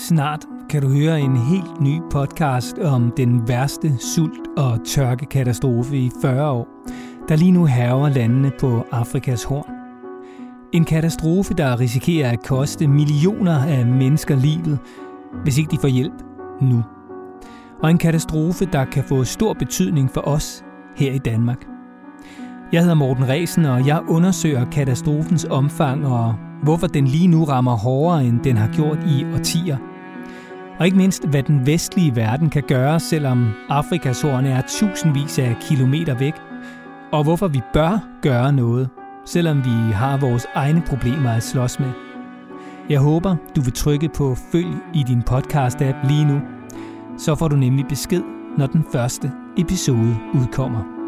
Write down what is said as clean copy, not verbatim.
Snart kan du høre en helt ny podcast om den værste sult- og tørkekatastrofe i 40 år, der lige nu hærger landene på Afrikas Horn. En katastrofe, der risikerer at koste millioner af mennesker livet, hvis ikke de får hjælp nu. Og en katastrofe, der kan få stor betydning for os her i Danmark. Jeg hedder Morten Ræsen, og jeg undersøger katastrofens omfang og hvorfor den lige nu rammer hårdere, end den har gjort i årtier. Og ikke mindst, hvad den vestlige verden kan gøre, selvom Afrikas Horn er tusindvis af kilometer væk. Og hvorfor vi bør gøre noget, selvom vi har vores egne problemer at slås med. Jeg håber, du vil trykke på følg i din podcast-app lige nu. Så får du nemlig besked, når den første episode udkommer.